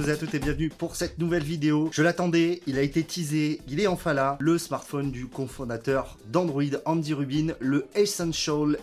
tous et à toutes et bienvenue pour cette nouvelle vidéo. Je l'attendais, il a été teasé, il est enfin là. Le smartphone du cofondateur d'Android, Andy Rubin, le Essential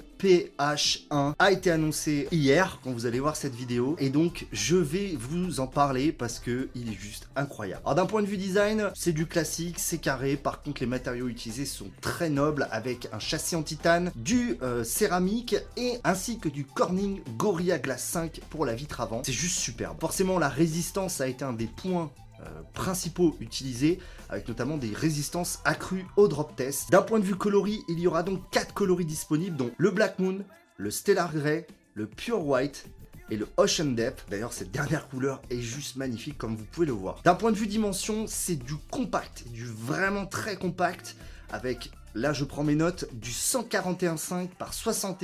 PH1 a été annoncé hier quand vous allez voir cette vidéo. Et donc je vais vous en parler parce que il est juste incroyable. Alors d'un point de vue design, c'est du classique, c'est carré. Par contre les matériaux utilisés sont très nobles avec un châssis en titane, du céramique et ainsi que du Corning Gorilla Glass 5 pour la vitre avant. C'est juste superbe. Forcément la résistance a été un des points principaux utilisés, avec notamment des résistances accrues au drop test. D'un point de vue coloris, il y aura donc 4 coloris disponibles, dont le Black Moon, le Stellar Grey, le Pure White et le Ocean Depth. D'ailleurs cette dernière couleur est juste magnifique comme vous pouvez le voir. D'un point de vue dimension, c'est du compact, du vraiment très compact, avec, là je prends mes notes, du 141.5 par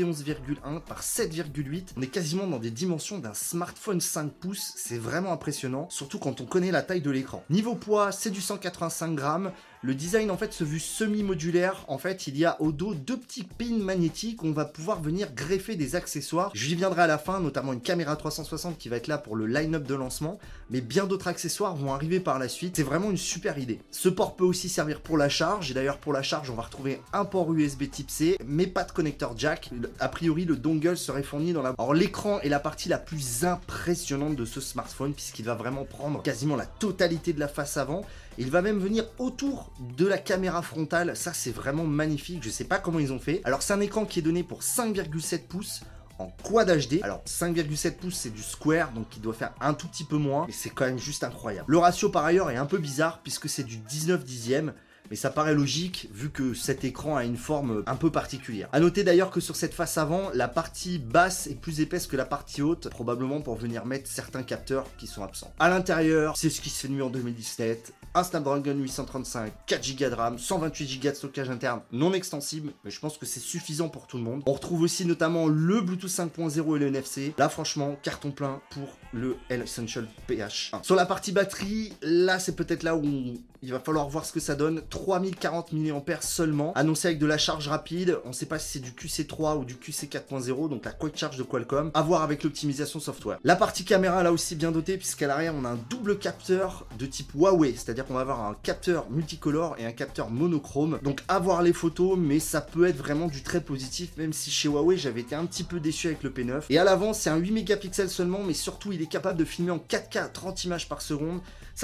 71,1 par 7,8. On est quasiment dans des dimensions d'un smartphone 5 pouces, c'est vraiment impressionnant, surtout quand on connaît la taille de l'écran. Niveau poids, c'est du 185 grammes. Le design en fait se veut semi-modulaire. En fait, il y a au dos 2 petits pins magnétiques où on va pouvoir venir greffer des accessoires. J'y viendrai à la fin, notamment une caméra 360 qui va être là pour le line-up de lancement, mais bien d'autres accessoires vont arriver par la suite. C'est vraiment une super idée. Ce port peut aussi servir pour la charge, et d'ailleurs pour la charge, on va retrouver un port USB type C, mais pas de connecteur jack. A priori, le dongle serait fourni dans la... Alors l'écran est la partie la plus impressionnante de ce smartphone, puisqu'il va vraiment prendre quasiment la totalité de la face avant. Il va même venir autour de la caméra frontale, ça c'est vraiment magnifique, je sais pas comment ils ont fait. Alors c'est un écran qui est donné pour 5,7 pouces en Quad HD. Alors 5,7 pouces c'est du square, donc il doit faire un tout petit peu moins, mais c'est quand même juste incroyable. Le ratio par ailleurs est un peu bizarre puisque c'est du 19 dixième. Mais ça paraît logique vu que cet écran a une forme un peu particulière. A noter d'ailleurs que sur cette face avant, la partie basse est plus épaisse que la partie haute, probablement pour venir mettre certains capteurs qui sont absents. À l'intérieur, c'est ce qui se fait de mieux en 2017. Un Snapdragon 835, 4 Go de RAM, 128 Go de stockage interne non extensible, mais je pense que c'est suffisant pour tout le monde. On retrouve aussi notamment le Bluetooth 5.0 et le NFC. Là franchement, carton plein pour le Essential PH1. Sur la partie batterie, là c'est peut-être là où il va falloir voir ce que ça donne. 3040 mAh seulement, annoncé avec de la charge rapide. On ne sait pas si c'est du QC3 ou du QC 4.0, donc la quick charge de Qualcomm. À voir avec l'optimisation software. La partie caméra là aussi bien dotée, puisqu'à l'arrière on a un double capteur de type Huawei, c'est-à-dire qu'on va avoir un capteur multicolore et un capteur monochrome. Donc à voir les photos, mais ça peut être vraiment du très positif, même si chez Huawei j'avais été un petit peu déçu avec le P9. Et à l'avant c'est un 8 mégapixels seulement, mais surtout il est capable de filmer en 4K à 30 images par seconde.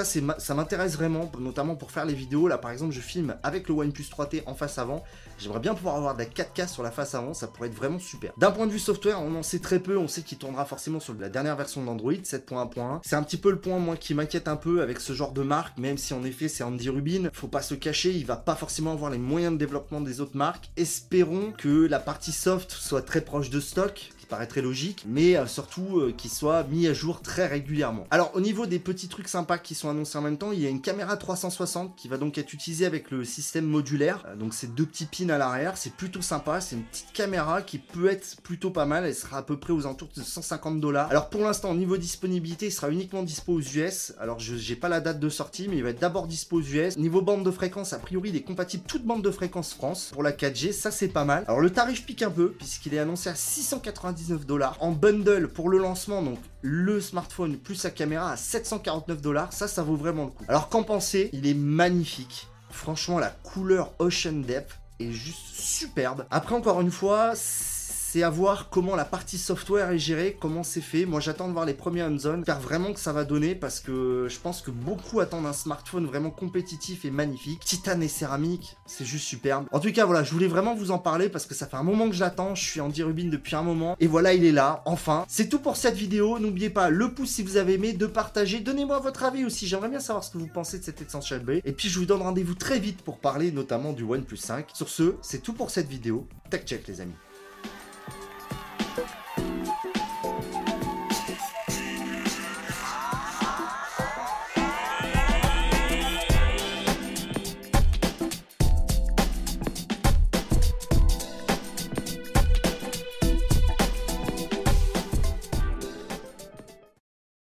Ça m'intéresse vraiment, notamment pour faire les vidéos. Là par exemple je filme avec le OnePlus 3T en face avant. J'aimerais bien pouvoir avoir de la 4K sur la face avant, ça pourrait être vraiment super. D'un point de vue software, on en sait très peu. On sait qu'il tournera forcément sur la dernière version d'Android 7.1.1. C'est un petit peu le point moi qui m'inquiète un peu avec ce genre de marque, même si en effet c'est Andy Rubin. Faut pas se cacher, il va pas forcément avoir les moyens de développement des autres marques. Espérons que la partie soft soit très proche de stock, paraît très logique, mais surtout qu'il soit mis à jour très régulièrement. Alors au niveau des petits trucs sympas qui sont annoncés en même temps, il y a une caméra 360 qui va donc être utilisée avec le système modulaire, donc c'est 2 petits pins à l'arrière, c'est plutôt sympa, c'est une petite caméra qui peut être plutôt pas mal, elle sera à peu près aux alentours de 150 $. Alors pour l'instant au niveau disponibilité, il sera uniquement dispo aux US, alors j'ai pas la date de sortie, mais il va être d'abord dispo aux US. Niveau bande de fréquence, a priori il est compatible toute bande de fréquence France pour la 4G, ça c'est pas mal. Alors le tarif pique un peu puisqu'il est annoncé à 699 $. En bundle pour le lancement, donc le smartphone plus sa caméra à 749 $, ça vaut vraiment le coup. Alors qu'en pensez? Il est magnifique. Franchement, la couleur Ocean Depth est juste superbe. Après, encore une fois, c'est à voir comment la partie software est gérée, comment c'est fait. Moi j'attends de voir les premiers hands-on, car vraiment que ça va donner, parce que je pense que beaucoup attendent un smartphone vraiment compétitif et magnifique. Titane et céramique, c'est juste superbe. En tout cas voilà, je voulais vraiment vous en parler parce que ça fait un moment que je l'attends, je suis Andy Rubin depuis un moment, et voilà il est là, enfin. C'est tout pour cette vidéo, n'oubliez pas le pouce si vous avez aimé, de partager, donnez-moi votre avis aussi, j'aimerais bien savoir ce que vous pensez de cet Essential B. Et puis je vous donne rendez-vous très vite pour parler notamment du OnePlus 5. Sur ce, c'est tout pour cette vidéo, tech check les amis.